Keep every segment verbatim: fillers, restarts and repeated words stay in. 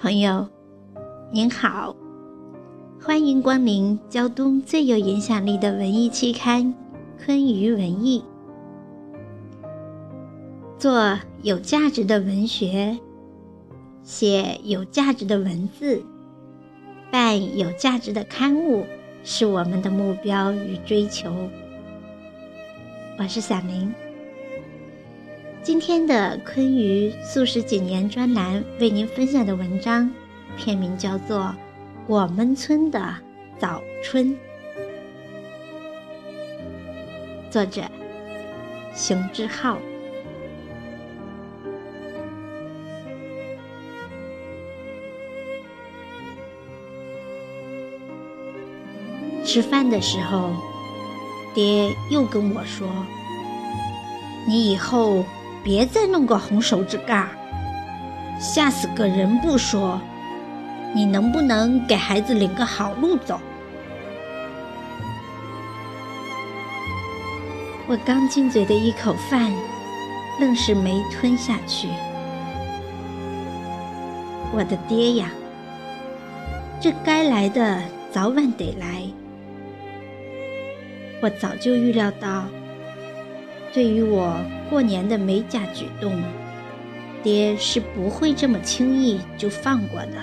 朋友您好，欢迎光临胶东最有影响力的文艺期刊昆鱼文艺。做有价值的文学，写有价值的文字，办有价值的刊物，是我们的目标与追求。我是小林。今天的昆鱼素食几年专栏为您分享的文章，片名叫做《我们村的早春》，作者熊之浩。吃饭的时候，爹又跟我说，你以后别再弄个红手指盖，吓死个人不说，你能不能给孩子领个好路走？我刚进嘴的一口饭愣是没吞下去。我的爹呀，这该来的早晚得来。我早就预料到，对于我过年的美甲举动，爹是不会这么轻易就放过的。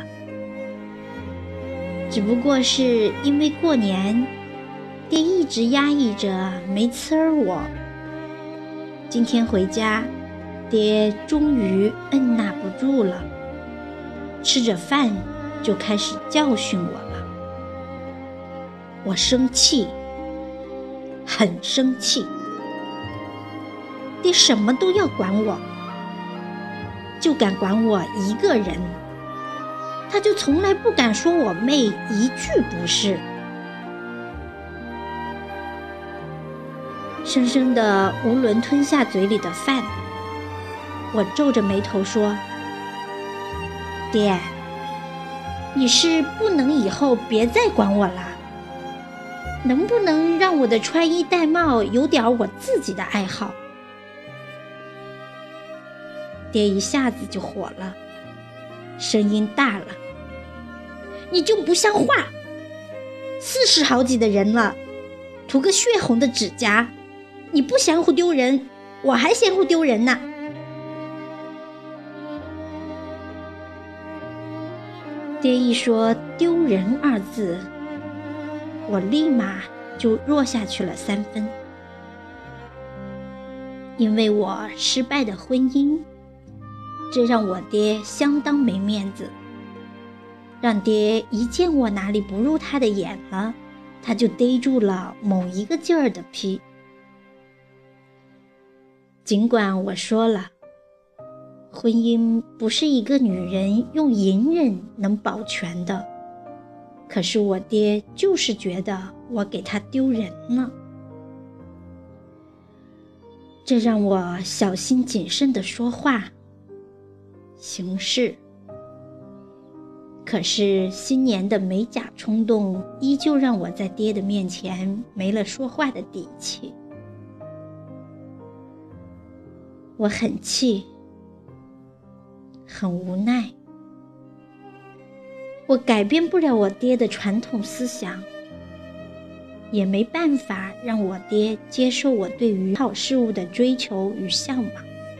只不过是因为过年，爹一直压抑着没呲儿我。今天回家，爹终于按捺不住了，吃着饭就开始教训我了。我生气，很生气。爹什么都要管我，就敢管我一个人，他就从来不敢说我妹一句不是。生生的囫囵吞下嘴里的饭，我皱着眉头说，爹，你是不能以后别再管我了，能不能让我的穿衣戴帽有点我自己的爱好？爹一下子就火了，声音大了，你就不像话，四十好几的人了，涂个血红的指甲，你不嫌乎丢人，我还嫌乎丢人呢。爹一说丢人二字，我立马就弱下去了三分。因为我失败的婚姻，这让我爹相当没面子，让爹一见我哪里不入他的眼了，他就逮住了某一个劲儿的批。尽管我说了，婚姻不是一个女人用隐忍能保全的，可是我爹就是觉得我给他丢人了，这让我小心谨慎地说话行事。可是新年的美甲冲动依旧让我在爹的面前没了说话的底气。我很气，很无奈，我改变不了我爹的传统思想，也没办法让我爹接受我对于好事物的追求与向往。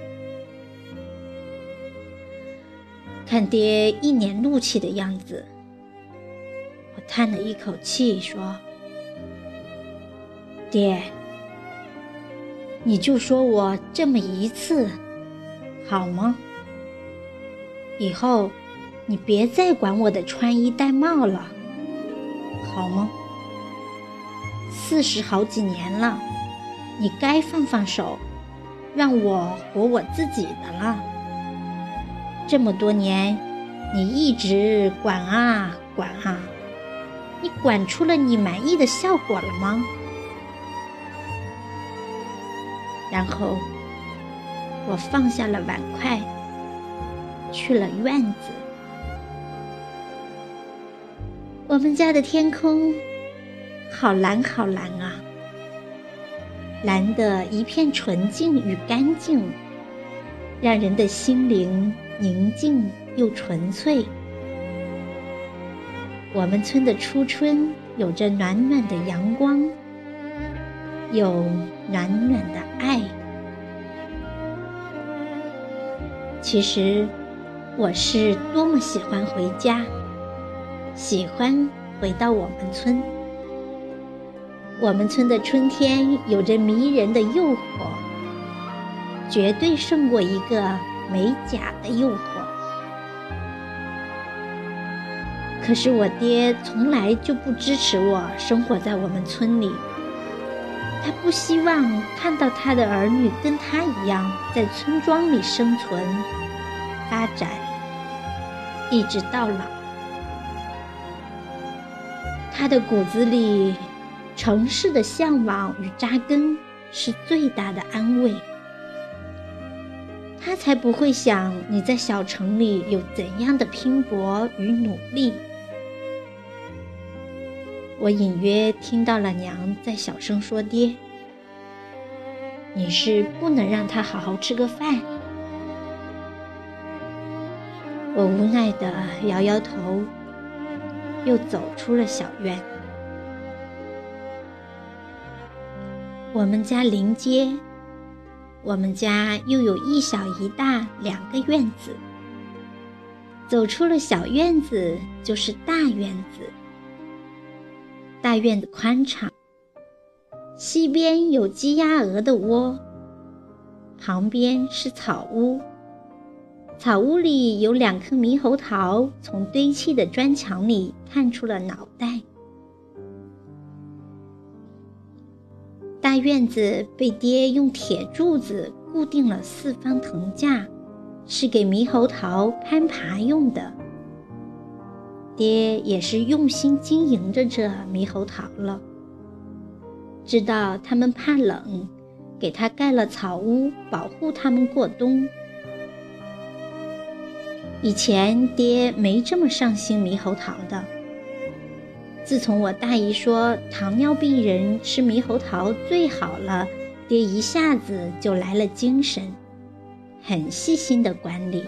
看爹一脸怒气的样子，我叹了一口气说，爹，你就说我这么一次好吗？以后你别再管我的穿衣戴帽了，好吗？四十好几年了，你该放放手，让我活我自己的了。这么多年，你一直管啊管啊，你管出了你满意的效果了吗？然后我放下了碗筷，去了院子。我们家的天空好蓝好蓝啊，蓝的一片纯净与干净，让人的心灵宁静又纯粹， 我们村的初春有着暖暖的阳光，有暖暖的爱。其实我是多么喜欢回家，喜欢回到我们村。我们村的春天有着迷人的诱惑，绝对胜过一个美甲的诱惑。可是我爹从来就不支持我生活在我们村里，他不希望看到他的儿女跟他一样在村庄里生存、发展，一直到老。他的骨子里，城市的向往与扎根是最大的安慰。他才不会想你在小城里有怎样的拼搏与努力。我隐约听到了娘在小声说：“爹，你是不能让他好好吃个饭。”我无奈地摇摇头，又走出了小院。我们家临街，我们家又有一小一大两个院子。走出了小院子，就是大院子。大院子宽敞，西边有鸡鸭鹅的窝，旁边是草屋。草屋里有两棵猕猴桃从堆砌的砖墙里探出了脑袋。大院子被爹用铁柱子固定了四方藤架，是给猕猴桃攀爬用的。爹也是用心经营着这猕猴桃了，知道它们怕冷，给它盖了草屋，保护它们过冬。以前爹没这么上心猕猴桃的，自从我大姨说糖尿病人吃猕猴桃最好了，爹一下子就来了精神，很细心的管理。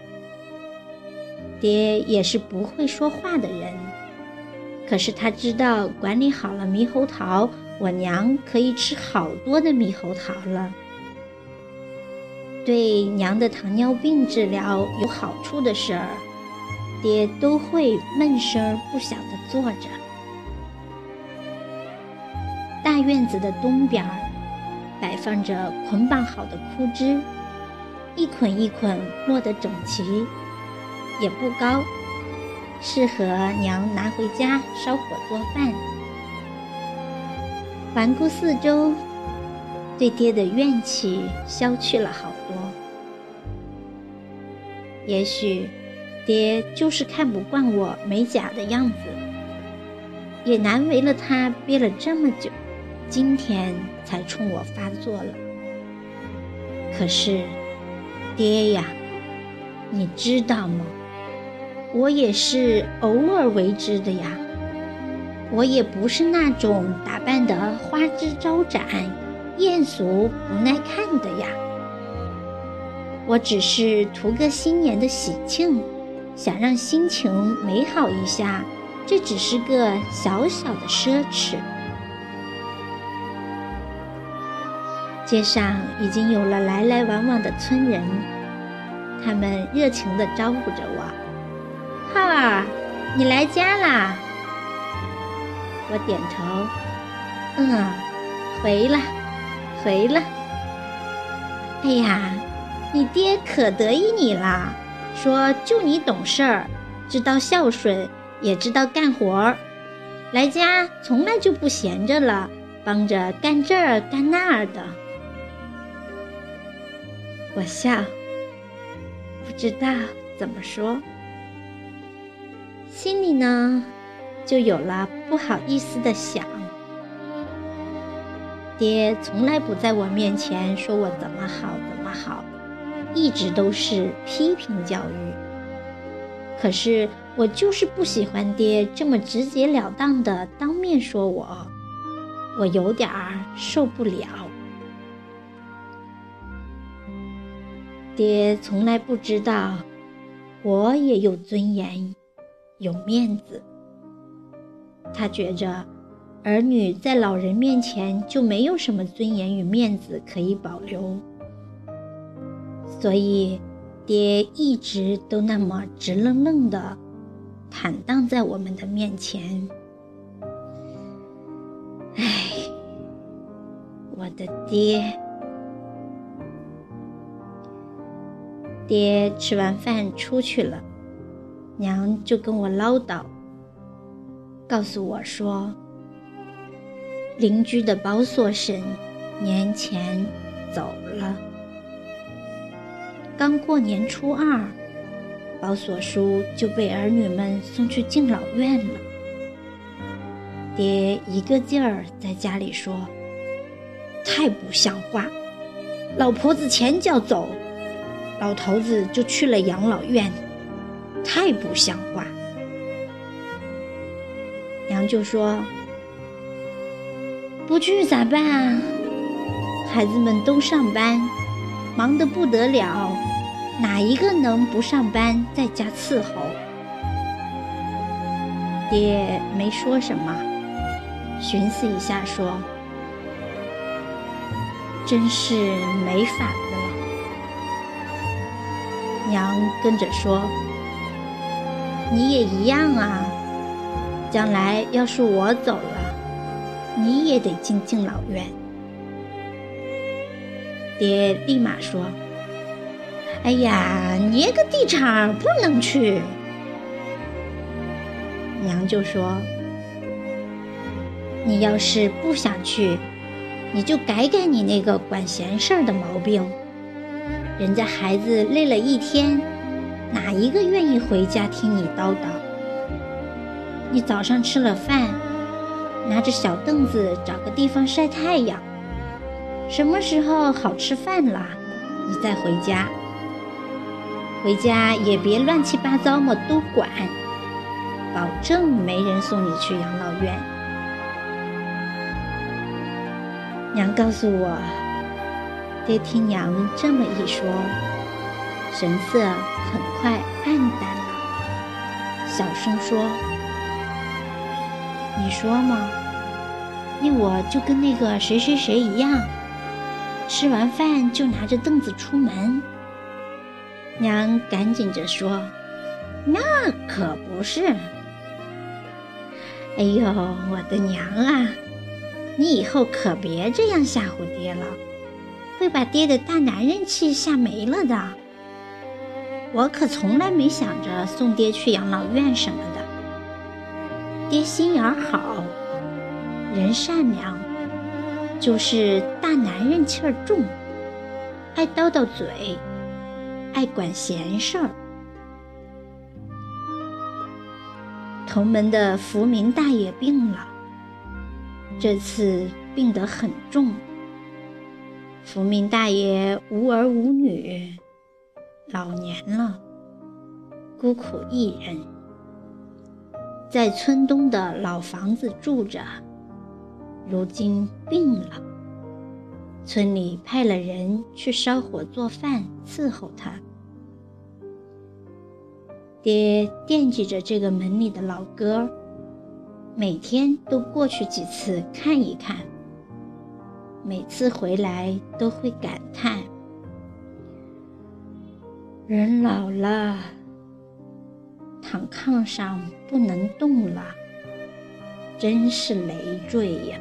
爹也是不会说话的人，可是他知道管理好了猕猴桃，我娘可以吃好多的猕猴桃了。对娘的糖尿病治疗有好处的事儿，爹都会闷声不响地做着。大院子的东边摆放着捆绑好的枯枝，一捆一捆落得整齐，也不高，适合娘拿回家烧火做饭。环顾四周，对爹的怨气消去了好多。也许爹就是看不惯我美甲的样子，也难为了他憋了这么久，今天才冲我发作了。可是爹呀，你知道吗？我也是偶尔为之的呀，我也不是那种打扮得花枝招展、艳俗不耐看的呀。我只是图个新年的喜庆，想让心情美好一下，这只是个小小的奢侈。街上已经有了来来往往的村人，他们热情地招呼着我：“浩儿，你来家啦？”我点头：“嗯，回了，回了。”哎呀，你爹可得意你啦，说就你懂事儿，知道孝顺，也知道干活，来家从来就不闲着了，帮着干这儿干那儿的。我笑，不知道怎么说，心里呢就有了不好意思的想。爹从来不在我面前说我怎么好怎么好，一直都是批评教育。可是我就是不喜欢爹这么直截了当的当面说我，我有点儿受不了。爹从来不知道我也有尊严，有面子。 他觉着儿女在老人面前就没有什么尊严与面子可以保留，所以爹一直都那么直愣愣地坦荡在我们的面前。唉，我的爹。爹吃完饭出去了，娘就跟我唠叨，告诉我说，邻居的包锁婶年前走了。刚过年初二，包锁叔就被儿女们送去敬老院了。爹一个劲儿在家里说，太不像话，老婆子前脚走，老头子就去了养老院，太不像话。娘就说，不去咋办啊？孩子们都上班，忙得不得了，哪一个能不上班在家伺候？爹没说什么，寻思一下说，真是没法子了。娘跟着说，你也一样啊，将来要是我走了，你也得进敬老院。爹立马说，哎呀，你个地产不能去。娘就说，你要是不想去，你就改改你那个管闲事儿的毛病。人家孩子累了一天，哪一个愿意回家听你叨叨？你早上吃了饭，拿着小凳子找个地方晒太阳，什么时候好吃饭了，你再回家。回家也别乱七八糟么都管，保证没人送你去养老院。娘告诉我，爹听娘这么一说，神色很快暗淡了，小声说，你说嘛，你我就跟那个谁谁谁一样，吃完饭就拿着凳子出门。娘赶紧着说，那可不是。哎呦，我的娘啊，你以后可别这样吓唬爹了，会把爹的大男人气吓没了的。我可从来没想着送爹去养老院什么的。爹心眼好，人善良，就是大男人气儿重，爱叨叨嘴，爱管闲事儿。同门的福明大爷病了，这次病得很重。福明大爷无儿无女，老年了，孤苦一人，在村东的老房子住着，如今病了。村里派了人去烧火做饭伺候他。爹惦记着这个门里的老哥，每天都过去几次看一看，每次回来都会感叹，人老了，躺炕上不能动了，真是累赘呀。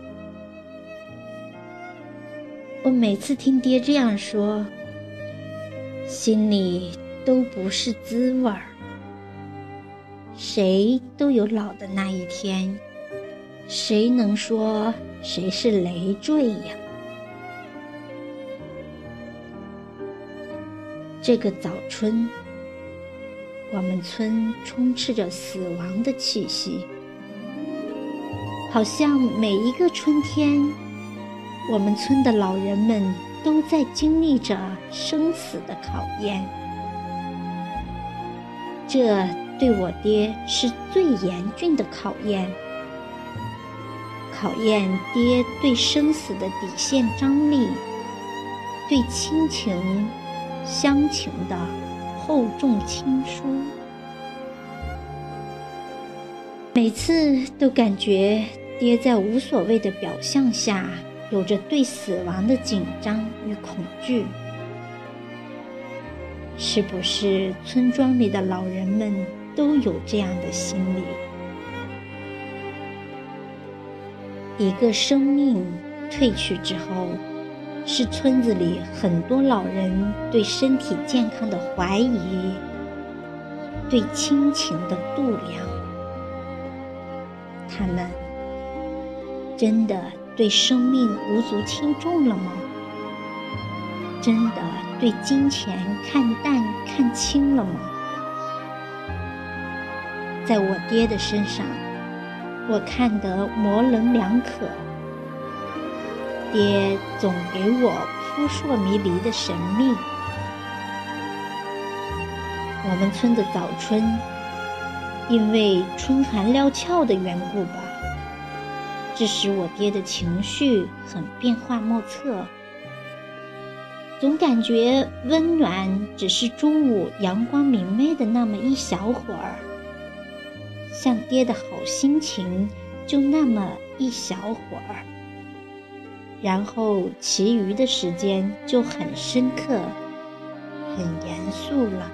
我每次听爹这样说，心里都不是滋味儿。谁都有老的那一天，谁能说谁是累赘呀？这个早春，我们村充斥着死亡的气息，好像每一个春天，我们村的老人们都在经历着生死的考验。这对我爹是最严峻的考验，考验爹对生死的底线张力，对亲情乡情的厚重亲疏。 每次都感觉爹在无所谓的表象下，有着对死亡的紧张与恐惧。是不是村庄里的老人们都有这样的心理？一个生命退去之后，是村子里很多老人对身体健康的怀疑，对亲情的度量。他们真的对生命无足轻重了吗？真的对金钱看淡看轻了吗？在我爹的身上，我看得模棱两可。爹总给我扑朔迷离的神秘。我们村的早春，因为春寒料峭的缘故吧，致使我爹的情绪很变化莫测。总感觉温暖只是中午阳光明媚的那么一小会儿，像爹的好心情就那么一小会儿，然后其余的时间就很深刻很严肃了。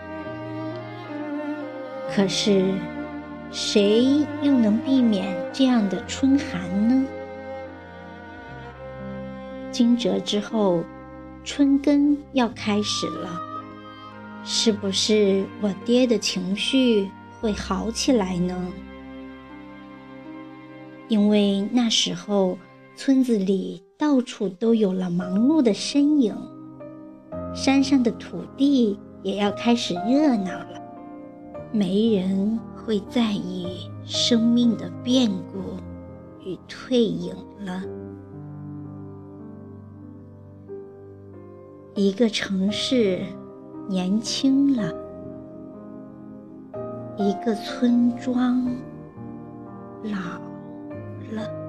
可是谁又能避免这样的春寒呢？惊蛰之后，春耕要开始了，是不是我爹的情绪会好起来呢？因为那时候村子里到处都有了忙碌的身影，山上的土地也要开始热闹了，没人会在意生命的变故与退隐了。一个城市年轻了，一个村庄老了。